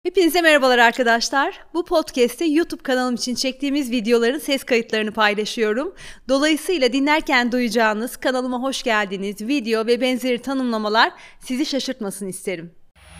Hepinize merhabalar arkadaşlar. Bu podcast'te YouTube kanalım için çektiğimiz videoların ses kayıtlarını paylaşıyorum. Dolayısıyla dinlerken duyacağınız kanalıma hoş geldiniz video ve benzeri tanımlamalar sizi şaşırtmasın isterim.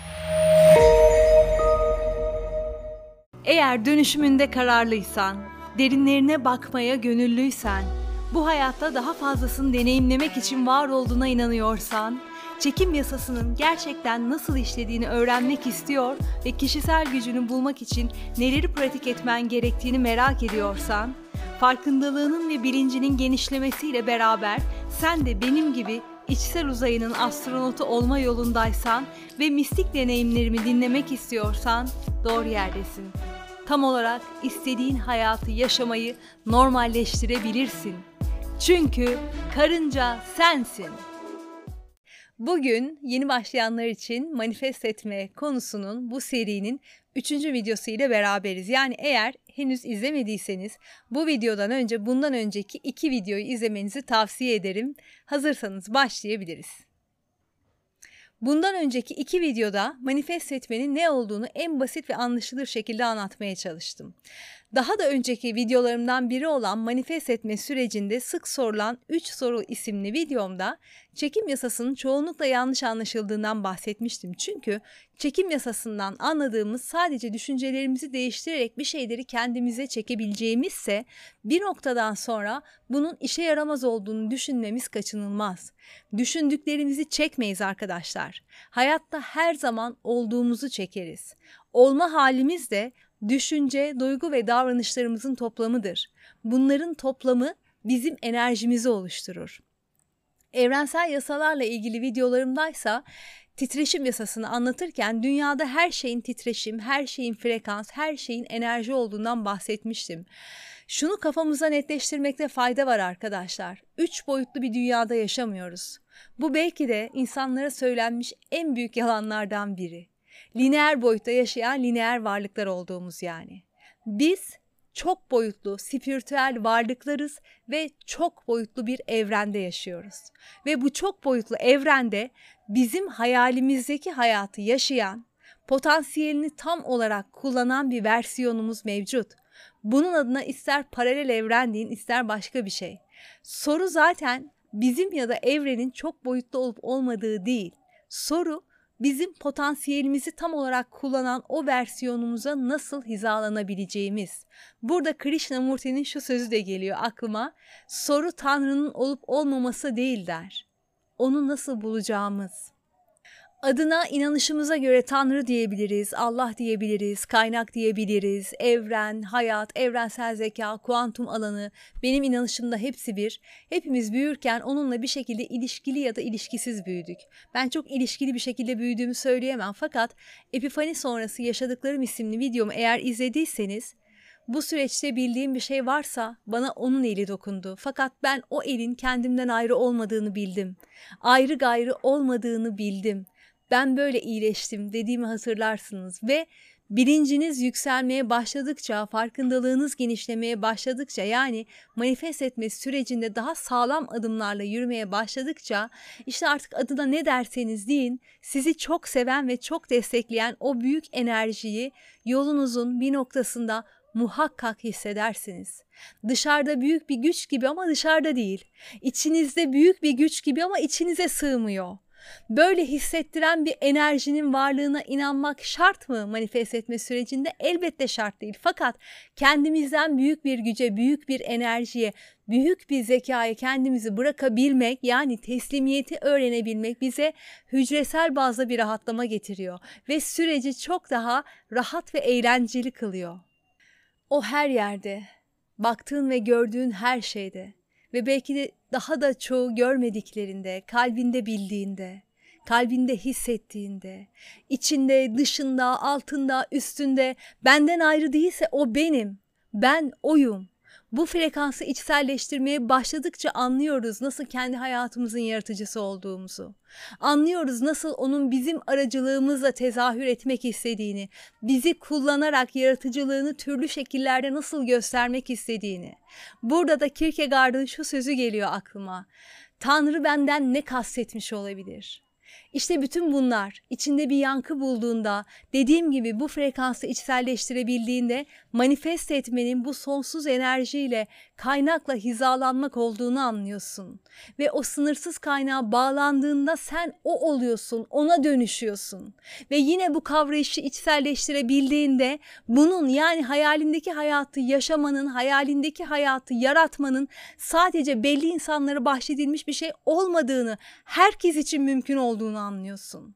Eğer dönüşümünde kararlıysan, derinlerine bakmaya gönüllüysen, bu hayatta daha fazlasını deneyimlemek için var olduğuna inanıyorsan, çekim yasasının gerçekten nasıl işlediğini öğrenmek istiyor ve kişisel gücünü bulmak için neleri pratik etmen gerektiğini merak ediyorsan, farkındalığının ve bilincinin genişlemesiyle beraber sen de benim gibi içsel uzayının astronotu olma yolundaysan ve mistik deneyimlerimi dinlemek istiyorsan doğru yerdesin. Tam olarak istediğin hayatı yaşamayı normalleştirebilirsin. Çünkü karınca sensin. Bugün yeni başlayanlar için manifest etme konusunun bu serinin 3. videosu ile beraberiz. Yani eğer henüz izlemediyseniz bu videodan önce bundan önceki 2 videoyu izlemenizi tavsiye ederim. Hazırsanız başlayabiliriz. Bundan önceki 2 videoda manifest etmenin ne olduğunu en basit ve anlaşılır şekilde anlatmaya çalıştım. Daha da önceki videolarımdan biri olan manifest etme sürecinde sık sorulan 3 soru isimli videomda çekim yasasının çoğunlukla yanlış anlaşıldığından bahsetmiştim. Çünkü çekim yasasından anladığımız sadece düşüncelerimizi değiştirerek bir şeyleri kendimize çekebileceğimizse bir noktadan sonra bunun işe yaramaz olduğunu düşünmemiz kaçınılmaz. Düşündüklerimizi çekmeyiz arkadaşlar. Hayatta her zaman olduğumuzu çekeriz. Olma halimiz de düşünce, duygu ve davranışlarımızın toplamıdır. Bunların toplamı bizim enerjimizi oluşturur. Evrensel yasalarla ilgili videolarımdaysa titreşim yasasını anlatırken dünyada her şeyin titreşim, her şeyin frekans, her şeyin enerji olduğundan bahsetmiştim. Şunu kafamıza netleştirmekte fayda var arkadaşlar. 3 boyutlu bir dünyada yaşamıyoruz. Bu belki de insanlara söylenmiş en büyük yalanlardan biri. Lineer boyutta yaşayan lineer varlıklar olduğumuz yani. Biz çok boyutlu, spiritüel varlıklarız ve çok boyutlu bir evrende yaşıyoruz. Ve bu çok boyutlu evrende bizim hayalimizdeki hayatı yaşayan, potansiyelini tam olarak kullanan bir versiyonumuz mevcut. Bunun adına ister paralel evren deyin, ister başka bir şey. Soru zaten bizim ya da evrenin çok boyutlu olup olmadığı değil. Soru bizim potansiyelimizi tam olarak kullanan o versiyonumuza nasıl hizalanabileceğimiz. Burada Krishnamurti'nin şu sözü de geliyor aklıma. Soru Tanrı'nın olup olmaması değil der. Onu nasıl bulacağımız. Adına inanışımıza göre Tanrı diyebiliriz, Allah diyebiliriz, kaynak diyebiliriz, evren, hayat, evrensel zeka, kuantum alanı, benim inanışımda hepsi bir. Hepimiz büyürken onunla bir şekilde ilişkili ya da ilişkisiz büyüdük. Ben çok ilişkili bir şekilde büyüdüğümü söyleyemem fakat Epifani sonrası yaşadıklarım isimli videomu eğer izlediyseniz, bu süreçte bildiğim bir şey varsa bana onun eli dokundu. Fakat ben o elin kendimden ayrı olmadığını bildim. Ayrı gayrı olmadığını bildim. Ben böyle iyileştim dediğimi hatırlarsınız ve bilinciniz yükselmeye başladıkça, farkındalığınız genişlemeye başladıkça yani manifest etme sürecinde daha sağlam adımlarla yürümeye başladıkça işte artık adına ne derseniz deyin sizi çok seven ve çok destekleyen o büyük enerjiyi yolunuzun bir noktasında muhakkak hissedersiniz. Dışarıda büyük bir güç gibi ama dışarıda değil. İçinizde büyük bir güç gibi ama içinize sığmıyor. Böyle hissettiren bir enerjinin varlığına inanmak şart mı manifest etme sürecinde? Elbette şart değil. Fakat kendimizden büyük bir güce, büyük bir enerjiye, büyük bir zekaya kendimizi bırakabilmek yani teslimiyeti öğrenebilmek bize hücresel bazda bir rahatlama getiriyor ve süreci çok daha rahat ve eğlenceli kılıyor. O her yerde, baktığın ve gördüğün her şeyde ve belki de daha da çoğu görmediklerinde, kalbinde bildiğinde, kalbinde hissettiğinde, içinde, dışında, altında, üstünde benden ayrı değilse o benim, ben oyum. Bu frekansı içselleştirmeye başladıkça anlıyoruz nasıl kendi hayatımızın yaratıcısı olduğumuzu. Anlıyoruz nasıl onun bizim aracılığımızla tezahür etmek istediğini, bizi kullanarak yaratıcılığını türlü şekillerde nasıl göstermek istediğini. Burada da Kierkegaard'ın şu sözü geliyor aklıma. Tanrı benden ne kastetmiş olabilir? İşte bütün bunlar içinde bir yankı bulduğunda, dediğim gibi bu frekansı içselleştirebildiğinde manifest etmenin bu sonsuz enerjiyle, kaynakla hizalanmak olduğunu anlıyorsun. Ve o sınırsız kaynağa bağlandığında sen o oluyorsun, ona dönüşüyorsun. Ve yine bu kavrayışı içselleştirebildiğinde bunun, yani hayalindeki hayatı yaşamanın, hayalindeki hayatı yaratmanın sadece belli insanlara bahşedilmiş bir şey olmadığını, herkes için mümkün olduğunu anlıyorsun.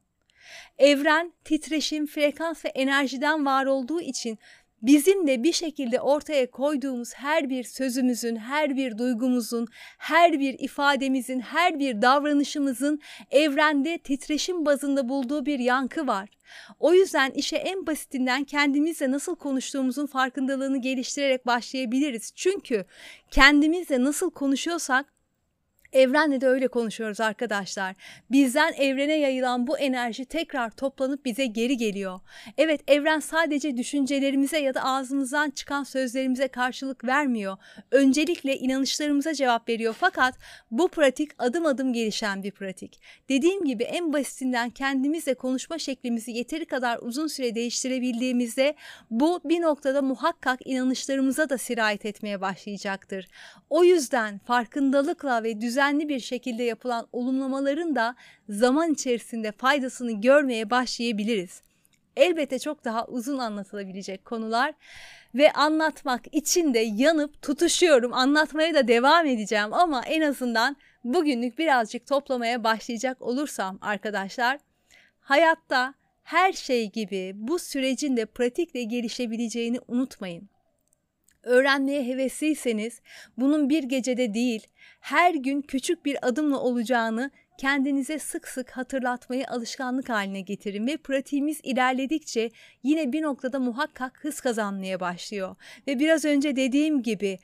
Evren, titreşim, frekans ve enerjiden var olduğu için bizim de bir şekilde ortaya koyduğumuz her bir sözümüzün, her bir duygumuzun, her bir ifademizin, her bir davranışımızın evrende titreşim bazında bulduğu bir yankı var. O yüzden işe en basitinden kendimizle nasıl konuştuğumuzun farkındalığını geliştirerek başlayabiliriz. Çünkü kendimizle nasıl konuşuyorsak evrenle de öyle konuşuyoruz arkadaşlar. Bizden evrene yayılan bu enerji tekrar toplanıp bize geri geliyor. Evet, evren sadece düşüncelerimize ya da ağzımızdan çıkan sözlerimize karşılık vermiyor. Öncelikle inanışlarımıza cevap veriyor. Fakat bu pratik adım adım gelişen bir pratik. Dediğim gibi en basitinden kendimizle konuşma şeklimizi yeteri kadar uzun süre değiştirebildiğimizde bu bir noktada muhakkak inanışlarımıza da sirayet etmeye başlayacaktır. O yüzden farkındalıkla ve düzenli bir şekilde yapılan olumlamaların da zaman içerisinde faydasını görmeye başlayabiliriz. Elbette çok daha uzun anlatılabilecek konular ve anlatmak için de yanıp tutuşuyorum. Anlatmaya da devam edeceğim ama en azından bugünlük birazcık toplamaya başlayacak olursam arkadaşlar, hayatta her şey gibi bu sürecin de pratikle gelişebileceğini unutmayın. Öğrenmeye hevesliyseniz bunun bir gecede değil, her gün küçük bir adımla olacağını kendinize sık sık hatırlatmayı alışkanlık haline getirin ve pratiğimiz ilerledikçe yine bir noktada muhakkak hız kazanmaya başlıyor. Ve biraz önce dediğim gibi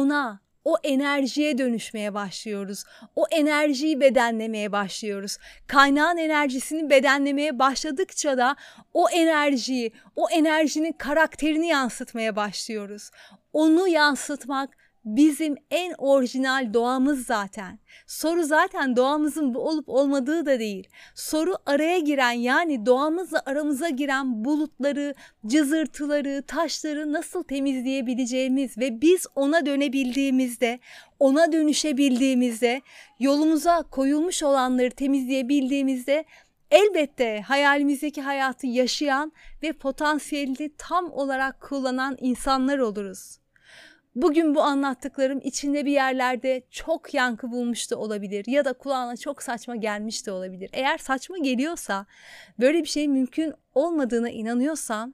o enerjiye dönüşmeye başlıyoruz. O enerjiyi bedenlemeye başlıyoruz. Kaynağın enerjisini bedenlemeye başladıkça da o enerjiyi, o enerjinin karakterini yansıtmaya başlıyoruz. Onu yansıtmak bizim en orijinal doğamız zaten. Soru zaten doğamızın bu olup olmadığı da değil. Soru araya giren, yani doğamızla aramıza giren bulutları, cızırtıları, taşları nasıl temizleyebileceğimiz ve biz ona dönebildiğimizde, ona dönüşebildiğimizde, yolumuza koyulmuş olanları temizleyebildiğimizde elbette hayalimizdeki hayatı yaşayan ve potansiyelini tam olarak kullanan insanlar oluruz. Bugün bu anlattıklarım içinde bir yerlerde çok yankı bulmuş da olabilir ya da kulağına çok saçma gelmiş de olabilir. Eğer saçma geliyorsa, böyle bir şey mümkün olmadığına inanıyorsan,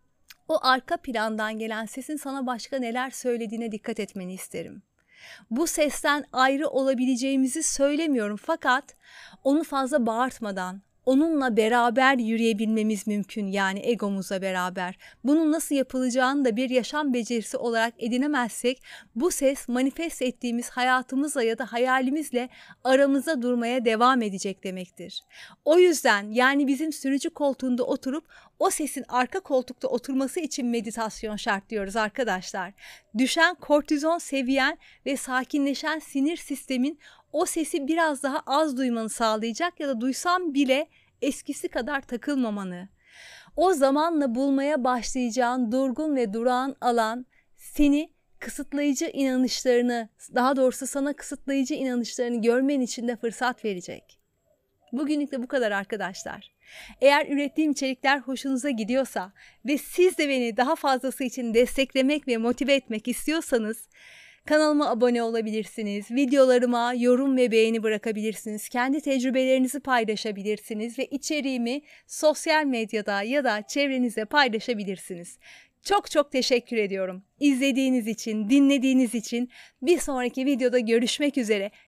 o arka plandan gelen sesin sana başka neler söylediğine dikkat etmeni isterim. Bu sesten ayrı olabileceğimizi söylemiyorum, fakat onu fazla bağırtmadan, onunla beraber yürüyebilmemiz mümkün, yani egomuzla beraber. Bunun nasıl yapılacağını da bir yaşam becerisi olarak edinemezsek bu ses manifest ettiğimiz hayatımızla ya da hayalimizle aramızda durmaya devam edecek demektir. O yüzden yani bizim sürücü koltuğunda oturup o sesin arka koltukta oturması için meditasyon şart diyoruz arkadaşlar. Düşen kortizon seviyen ve sakinleşen sinir sistemin o sesi biraz daha az duymanı sağlayacak ya da duysan bile eskisi kadar takılmamanı. O zamanla bulmaya başlayacağın durgun ve durağan alan seni kısıtlayıcı inanışlarını, daha doğrusu sana kısıtlayıcı inanışlarını görmen için de fırsat verecek. Bugünlük de bu kadar arkadaşlar. Eğer ürettiğim içerikler hoşunuza gidiyorsa ve siz de beni daha fazlası için desteklemek ve motive etmek istiyorsanız kanalıma abone olabilirsiniz, videolarıma yorum ve beğeni bırakabilirsiniz, kendi tecrübelerinizi paylaşabilirsiniz ve içeriğimi sosyal medyada ya da çevrenizde paylaşabilirsiniz. Çok çok teşekkür ediyorum. İzlediğiniz için, dinlediğiniz için. Bir sonraki videoda görüşmek üzere.